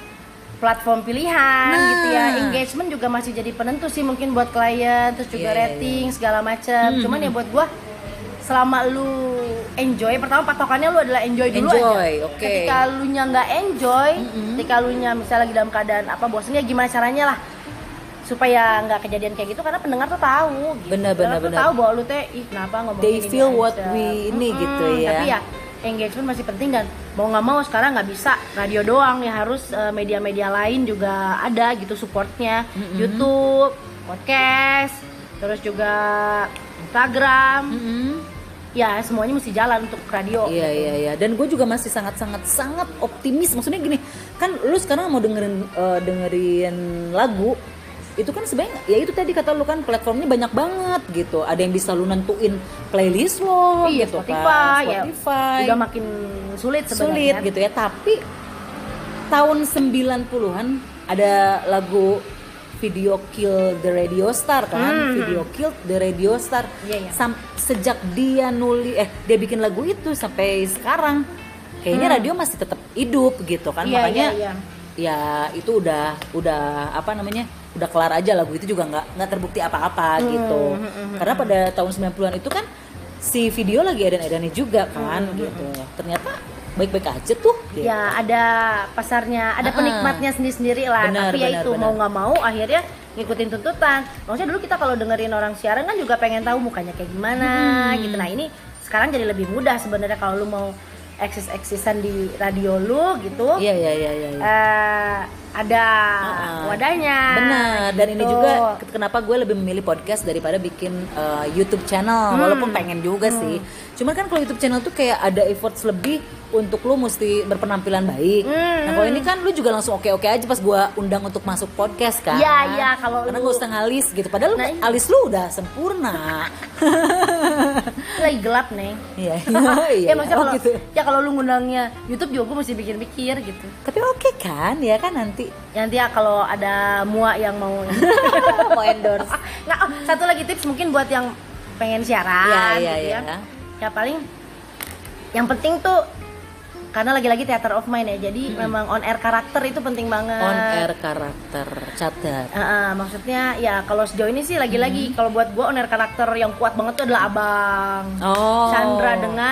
platform pilihan nah. gitu ya, engagement juga masih jadi penentu sih mungkin buat klien, terus juga yeah, rating yeah. segala macam. Hmm. Cuman ya buat gua selama lu enjoy, pertama patokannya lu adalah enjoy dulu enjoy, aja. Okay. Ketika lu nya nggak enjoy, mm-hmm. ketika lu nya misalnya lagi dalam keadaan apa bosannya, gimana caranya lah supaya nggak kejadian kayak gitu, karena pendengar tuh tahu. Gitu. Bener bener bener. Tahu bahwa lu teh, ih kenapa ngomongin They ini feel what aja. we ini mm-hmm. gitu ya. Tapi ya engagement masih penting, dan mau nggak mau sekarang nggak bisa radio doang ya, harus uh, media-media lain juga ada gitu supportnya. Mm-hmm. YouTube, podcast, terus juga Instagram. Mm-hmm. Ya semuanya mesti jalan untuk radio. Iya gitu. iya iya. Dan gue juga masih sangat sangat sangat optimis. Maksudnya gini, kan lu sekarang mau dengerin uh, dengerin lagu itu kan sebenarnya ya itu tadi kata lu kan platformnya banyak banget gitu. Ada yang bisa lu nentuin playlist lo iya, gitu Spotify, kan. Spotify. Ya, udah makin sulit sebenarnya. Sulit gitu ya. Tapi tahun sembilan puluhan ada lagu Video Kill the Radio Star kan. Hmm. Video Kill the Radio Star. Iya, iya. Sam- sejak dia nulis eh dia bikin lagu itu sampai sekarang kayaknya hmm. radio masih tetap hidup gitu kan. Iya, Makanya iya, iya. ya itu udah udah apa namanya? Udah kelar aja, lagu itu juga nggak nggak terbukti apa-apa hmm, gitu. Hmm, hmm, karena pada tahun sembilan puluhan itu kan si video lagi edan-edannya juga kan hmm, gitu. Ternyata baik-baik aja tuh gitu. Ya ada pasarnya, ada uh-uh. penikmatnya sendiri-sendiri lah. Benar, tapi ya benar, itu benar. Mau nggak mau akhirnya ngikutin tuntutan. Maksudnya dulu kita kalau dengerin orang siaran kan juga pengen tahu mukanya kayak gimana hmm. gitu. Nah ini sekarang jadi lebih mudah sebenarnya kalau lu mau eksis-eksisan di radio lu gitu. Iya iya iya iya. Uh, ada uh-uh. wadahnya. Benar. Dan gitu. Ini juga kenapa gue lebih memilih podcast daripada bikin uh, YouTube channel. Hmm. Walaupun pengen juga hmm. sih. Cuman kan kalau YouTube channel tuh kayak ada efforts lebih untuk lu mesti berpenampilan baik. Hmm. Nah kalau ini kan lu juga langsung oke-oke aja pas gue undang untuk masuk podcast kan. Iya iya kalau karena lu... gak usah ngalis gitu. Padahal nah, alis lu udah sempurna. Lagi gelap nih. Iya. Ya maksudnya oh, kalau gitu. Ya kalau lu ngundangnya YouTube juga gue mesti pikir-pikir gitu. Tapi oke okay kan ya kan nanti. Ya, nanti ya kalau ada mua yang mau mau endorse. Nah oh, satu lagi tips mungkin buat yang pengen siaran. Iya iya gitu iya. Ya. Ya paling yang penting tuh karena lagi-lagi theater of mind ya, jadi hmm. memang on air karakter itu penting banget. On air karakter, catat. Uh, uh, maksudnya ya kalau sejauh ini sih lagi-lagi hmm. kalau buat gue on air karakter yang kuat banget tuh adalah Abang oh. Chandra dengan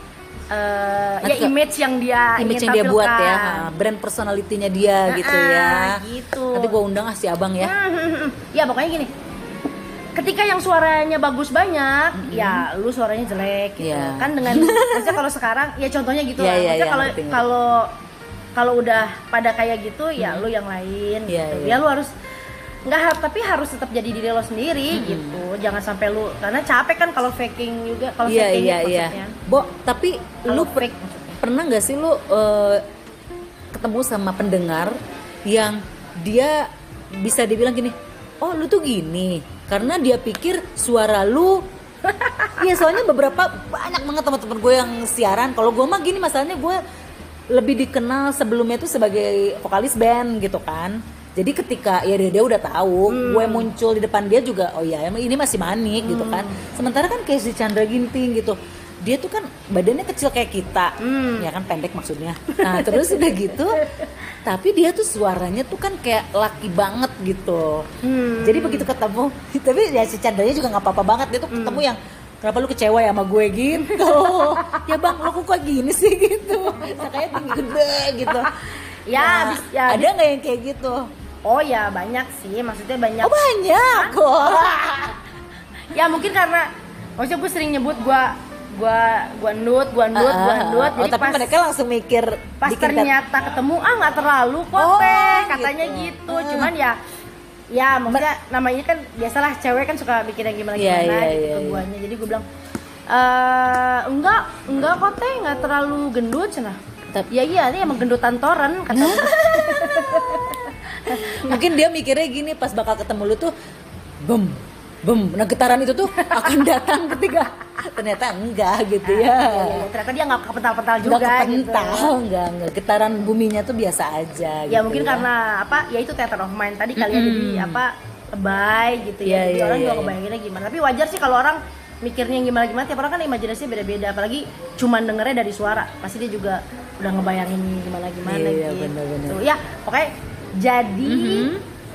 uh, ya image yang dia image ingin yang dia tampilkan. buat ya, brand personality-nya dia uh, gitu ya. Gitu. Nanti gue undang ah si Abang ya. Ya pokoknya gini. Ketika yang suaranya bagus banyak, mm-hmm. ya lu suaranya jelek gitu. Yeah. Kan dengan maksudnya kalau sekarang ya contohnya gitu yeah, lah. Yeah, maksudnya yeah, kalau kalau kalau udah pada kayak gitu mm-hmm. ya lu yang lain yeah, gitu. Yeah. Ya lu harus nggak tapi harus tetap jadi diri lo sendiri mm-hmm. gitu. Jangan sampai lu karena capek kan kalau faking juga kalau yeah, faking yeah, maksudnya. Yeah. Bo, tapi kalo lu fake, pernah nggak sih lu uh, ketemu sama pendengar yang dia bisa dibilang gini, oh lu tuh gini karena dia pikir suara lu Iya, soalnya beberapa banyak banget teman-teman gue yang siaran. Kalau gue mah gini, masalahnya gue lebih dikenal sebelumnya tuh sebagai vokalis band gitu kan. Jadi ketika ya dia, dia udah tahu hmm. gue muncul di depan dia juga, oh ya ini masih Manik hmm. gitu kan. Sementara kan kayak si Chandra Ginting gitu, dia tuh kan badannya kecil kayak kita, hmm. ya kan, pendek maksudnya. Nah terus udah gitu, tapi dia tuh suaranya tuh kan kayak laki banget gitu. Hmm. Jadi begitu ketemu, tapi ya si Chandranya juga nggak apa-apa banget, dia tuh hmm. ketemu yang kenapa lu kecewa ya sama gue gitu. Ya bang, lu kok gini sih gitu, makanya tinggi gede gitu. Ya, nah, abis, ya ada nggak yang kayak gitu? Oh ya banyak sih, maksudnya banyak. Oh banyak kok. Ya mungkin karena maksudnya gue sering nyebut gue gue gue nut, gue nut, gue uh, nut. Oh, jadi tapi pas, mereka langsung mikir. Pas ternyata ketemu ah nggak terlalu kok oh, teh, katanya gitu. gitu. Uh. Cuman ya, ya maksudnya Mer- namanya kan biasalah cewek kan suka mikir yang gimana gimana yeah, yeah, gitu yeah, ke guanya. Jadi gue bilang e, enggak enggak kok teh, nggak terlalu gendut cenah. Ya iya, ini emang gendutan toren kata. Mungkin dia mikirnya gini, pas bakal ketemu lu tuh bem bem, nah getaran itu tuh akan datang ketika ternyata enggak gitu ya. Ah, iya, iya. Ternyata dia nggak kepental-pental juga. Nggak kepental, gitu. enggak enggak getaran buminya tuh biasa aja. Ya gitu mungkin ya. Karena apa? Ya itu theater of mind tadi kali mm-hmm. ya, jadi apa lebay gitu ya. Yeah, jadi yeah, orang yeah, juga kebayanginnya gimana. Tapi wajar sih kalau orang mikirnya gimana-gimana. Tiap orang kan imajinasinya beda-beda. Apalagi cuman dengernya dari suara, pasti dia juga udah ngebayangin gimana-gimana yeah, gitu. Yeah, bener-bener. Ya pokoknya jadi mm-hmm.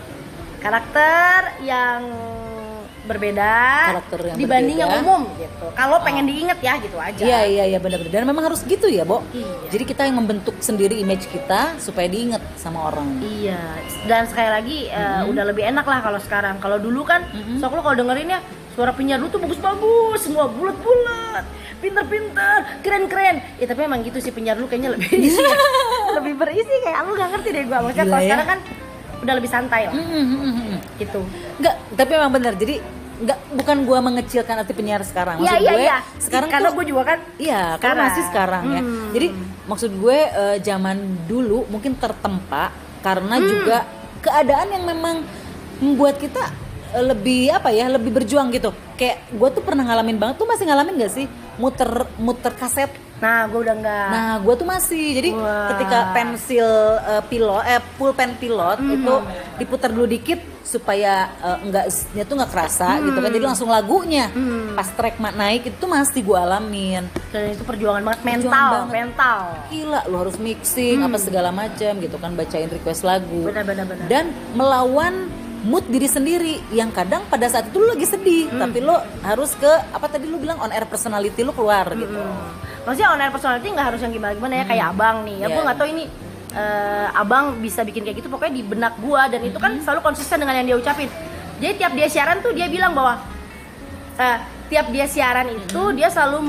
karakter yang berbeda karakter yang dibanding berbeda. yang umum gitu. Kalau oh. pengen diinget ya gitu aja. Iya iya iya benar-benar. Dan memang harus gitu ya, Bo. Iya. Jadi kita yang membentuk sendiri image kita supaya diinget sama orang. Iya. Dan sekali lagi mm-hmm. uh, udah lebih enak lah kalau sekarang. Kalau dulu kan, mm-hmm. sok lo kalau dengerin ya suara penyiar lu tuh bagus-bagus, semua bulat-bulat, pinter-pinter, keren-keren. Ya tapi emang gitu sih, penyiar lu kayaknya lebih isi, lebih berisi kayak aku nggak ngerti deh gua. Maksudnya kalau ya? Sekarang kan udah lebih santai lah. Mm-hmm. Gitu. Enggak, tapi memang benar. Jadi enggak, bukan gua mengecilkan arti penyiar sekarang. Maksud ya, iya, gue iya. sekarang karena tuh, gue juga kan iya, karena masih sekarang ya. Hmm. Jadi maksud gue uh, zaman dulu mungkin tertempa karena hmm. juga keadaan yang memang membuat kita uh, lebih apa ya, lebih berjuang gitu. Kayak gue tuh pernah ngalamin banget, tuh masih ngalamin gak sih muter muter kaset? Nah, gue udah enggak. Nah, gue tuh masih. Jadi wow. ketika pensil uh, pilot, eh pulpen pilot mm-hmm. itu diputar dulu dikit supaya uh, enggaknya tuh nggak kerasa mm-hmm. gitu kan. Jadi langsung lagunya mm-hmm. pas track naik itu masih gue alamin. Dan itu perjuangan banget, mental, perjuangan banget. mental. Gila, lu harus mixing mm. apa segala macam gitu kan, bacain request lagu. Benar-benar. Dan melawan mood diri sendiri yang kadang pada saat itu lu lagi sedih, mm. tapi lu harus ke apa tadi lu bilang on air personality lu keluar mm. gitu. Maksudnya on air personality nggak harus yang gimana-gimana ya, hmm. kayak abang nih ya, yeah. gue nggak tahu ini uh, abang bisa bikin kayak gitu, pokoknya di benak gue, dan itu kan selalu konsisten dengan yang dia ucapin. Jadi tiap dia siaran tuh dia bilang bahwa uh, tiap dia siaran itu hmm. dia selalu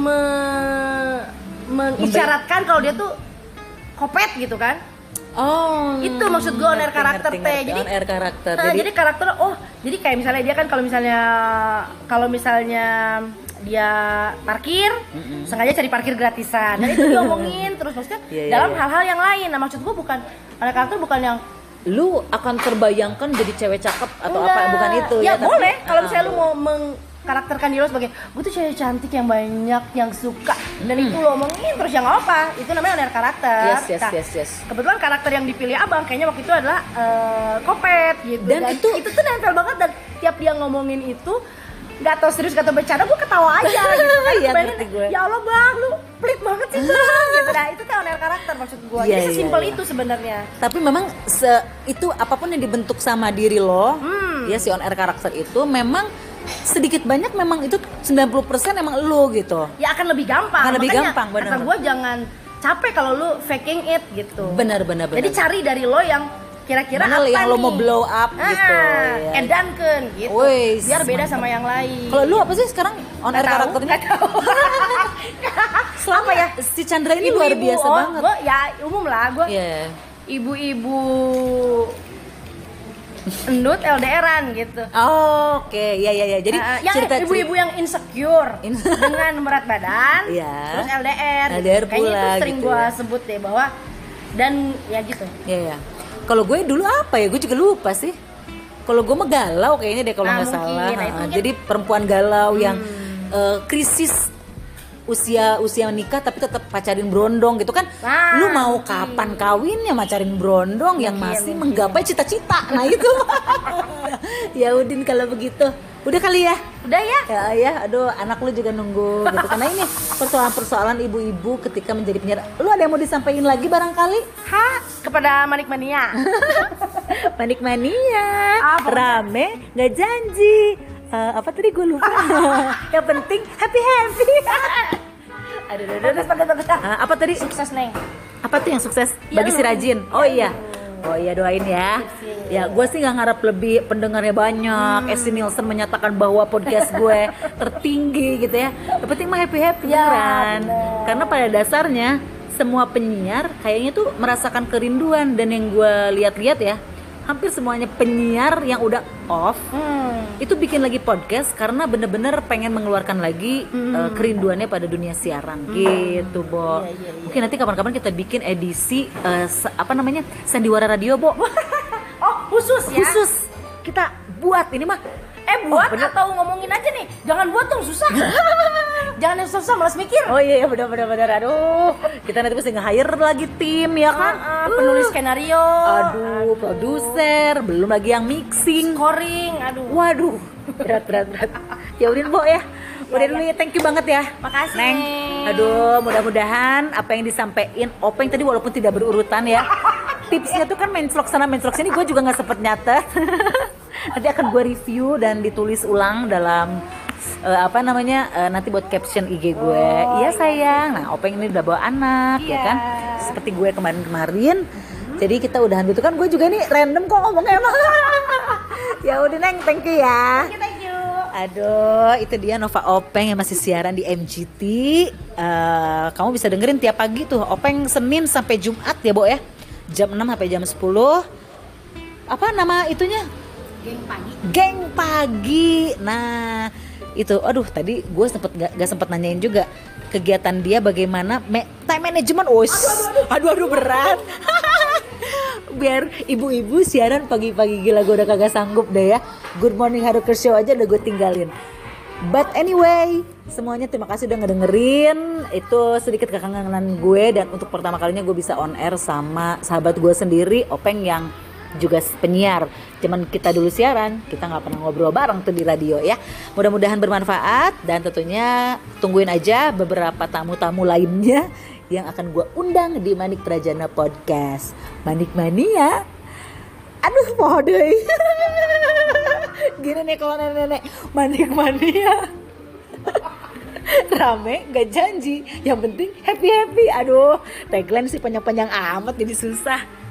me- mengisyaratkan kalau dia tuh kopet gitu kan. Oh, itu maksud gue on air karakter teh. Jadi on air karakter. Uh, jadi, jadi karakter oh, jadi kayak misalnya dia kan kalau misalnya kalau misalnya dia parkir, mm-hmm. sengaja cari parkir gratisan. Dan itu diomongin terus maksudnya yeah, yeah, dalam yeah. hal-hal yang lain. Nah, maksud gue bukan on air karakter bukan yang lu akan terbayangkan jadi cewek cakep atau enggak. Apa, bukan itu ya. Ya boleh tapi, kalau uh, misalnya lu mau mengkarakterkan diri lu sebagai gue tuh cewek cantik yang banyak yang suka, dan hmm. itu lu omongin terus yang apa? Itu namanya on air karakter. Yes, yes, nah, yes, yes. Kebetulan karakter yang dipilih abang kayaknya waktu itu adalah uh, kopet gitu. Dan, dan itu itu tuh nempel banget, dan tiap dia ngomongin itu nggak tahu serius atau bercanda, gue ketawa aja gitu kan. Ya, gue. Ya Allah bang, lu pelit banget sih bang gitu. Nah itu kan on air karakter maksud gue. Ya, jadi sesimpel ya, ya. itu sebenarnya. Tapi memang se itu apapun yang dibentuk sama diri lo, hmm. ya si on air karakter itu memang sedikit banyak memang itu sembilan puluh persen emang lo gitu. Ya akan lebih gampang. Akan lebih makanya, gampang benar. Kata gue jangan capek kalau lu faking it gitu. Benar benar benar. Jadi cari dari lo yang kira-kira mana apa yang nih? lo mau blow up ah, gitu ya. Edankeun gitu. Weiss, biar beda mantap. sama yang lain. Kalau lu apa sih sekarang on air karakternya? Apa ya? Si Chandra ini ibu-ibu, luar biasa oh, banget. Gue ya umum lah gue. Yeah. Ibu-ibu endut L D R-an gitu. Oh, oke, okay. ya ya ya. Jadi uh, yang cerita ibu-ibu yang insecure In- dengan berat badan, yeah. terus L D R. L D R Kayaknya pula, itu sering gitu gue ya. sebut deh bahwa dan ya gitu. Ya ya. Kalau gue dulu apa ya? Gue juga lupa sih. Kalau gue mah galau kayaknya deh kalau nggak nah, salah. Nah, jadi perempuan galau hmm. yang uh, krisis usia usia nikah tapi tetap pacarin brondong gitu kan. Nah, lu mau kapan kawinnya macarin brondong yang masih menggapai cita-cita. Nah itu. Ya Udin kalau begitu. Udah kali ya? Udah ya? Ya, ya, aduh anak lu juga nunggu gitu. Karena ini persoalan-persoalan ibu-ibu ketika menjadi penyiar. Lu ada yang mau disampaikan lagi barangkali? Ha, kepada Manik Mania. Manik Mania. Apa? Rame, gak janji. Uh, apa tadi gue lupa. Yang penting happy happy. Aduh, aduh, aduh, aduh, aduh. Uh, apa tadi? Sukses Neng. Apa tuh yang sukses? Bagi si Rajin. Oh iya. Oh iya doain ya. Ya gue sih nggak ngarap lebih pendengarnya banyak. Hmm. Esi Nielsen menyatakan bahwa podcast gue tertinggi gitu ya. Yang penting mah happy happy ya, kan. Karena pada dasarnya semua penyiar kayaknya tuh merasakan kerinduan, dan yang gue lihat-lihat ya, hampir semuanya penyiar yang udah off hmm. itu bikin lagi podcast karena bener-bener pengen mengeluarkan lagi hmm. uh, kerinduannya pada dunia siaran hmm. gitu, Bo. Ya, ya, ya. Mungkin nanti kapan-kapan kita bikin edisi uh, apa namanya sandiwara radio, Bo. Oh khusus ya? Khusus kita buat ini mah. Eh buat oh, atau ngomongin aja nih? Jangan buat dong, susah. Jangan yang susah, malas mikir. Oh iya, benar-benar benar. Aduh, kita nanti mesti nge-hire lagi tim ya kan? Uh, uh, penulis skenario. Aduh, produser, belum lagi yang mixing, scoring. Aduh. Waduh, berat berat berat. Ya udah, Bo ya. Udah dulu ya, thank you banget ya. Makasih. Neng. Aduh, mudah-mudahan apa yang disampaikan Openg tadi walaupun tidak berurutan ya. Tipsnya tuh kan menslok sana menslok sini, gue juga nggak sempet nyatet. Nanti akan gue review dan ditulis ulang dalam uh, apa namanya uh, nanti buat caption I G gue. Oh, iya sayang. Nah Openg ini udah bawa anak yeah. ya kan, seperti gue kemarin-kemarin. Mm-hmm. Jadi kita udahan gitu kan. Gue juga nih random kok ngomongnya emang. Ya udah Neng, thank you ya. Thank you, thank you. Aduh, itu dia Nova Openg yang masih siaran di M G T. Uh, kamu bisa dengerin tiap pagi tuh Openg Senin sampai Jumat ya, Bo ya. Jam enam sampai jam sepuluh. Apa nama itunya? Geng pagi. Geng pagi. Nah, itu aduh tadi gue sempet gak, gak sempet nanyain juga kegiatan dia bagaimana me- time management. Oh, aduh aduh, aduh, aduh berat. Biar ibu-ibu siaran pagi-pagi, gila gue udah kagak sanggup deh ya. Good Morning Haruker Show aja udah gue tinggalin. But anyway, semuanya terima kasih udah ngedengerin. Itu sedikit kekangenan gue, dan untuk pertama kalinya gue bisa on air sama sahabat gue sendiri, Openg yang juga penyiar. Cuman kita dulu siaran, kita nggak pernah ngobrol bareng tuh di radio ya. Mudah-mudahan bermanfaat, dan tentunya tungguin aja beberapa tamu-tamu lainnya yang akan gue undang di Manik Prajana Podcast. Manik Mania. Aduh poho deui. Gini nih kalau nenek-nenek Manik Mania. Rame gak janji, yang penting happy-happy. Aduh, tagline sih panjang-panjang amat jadi susah.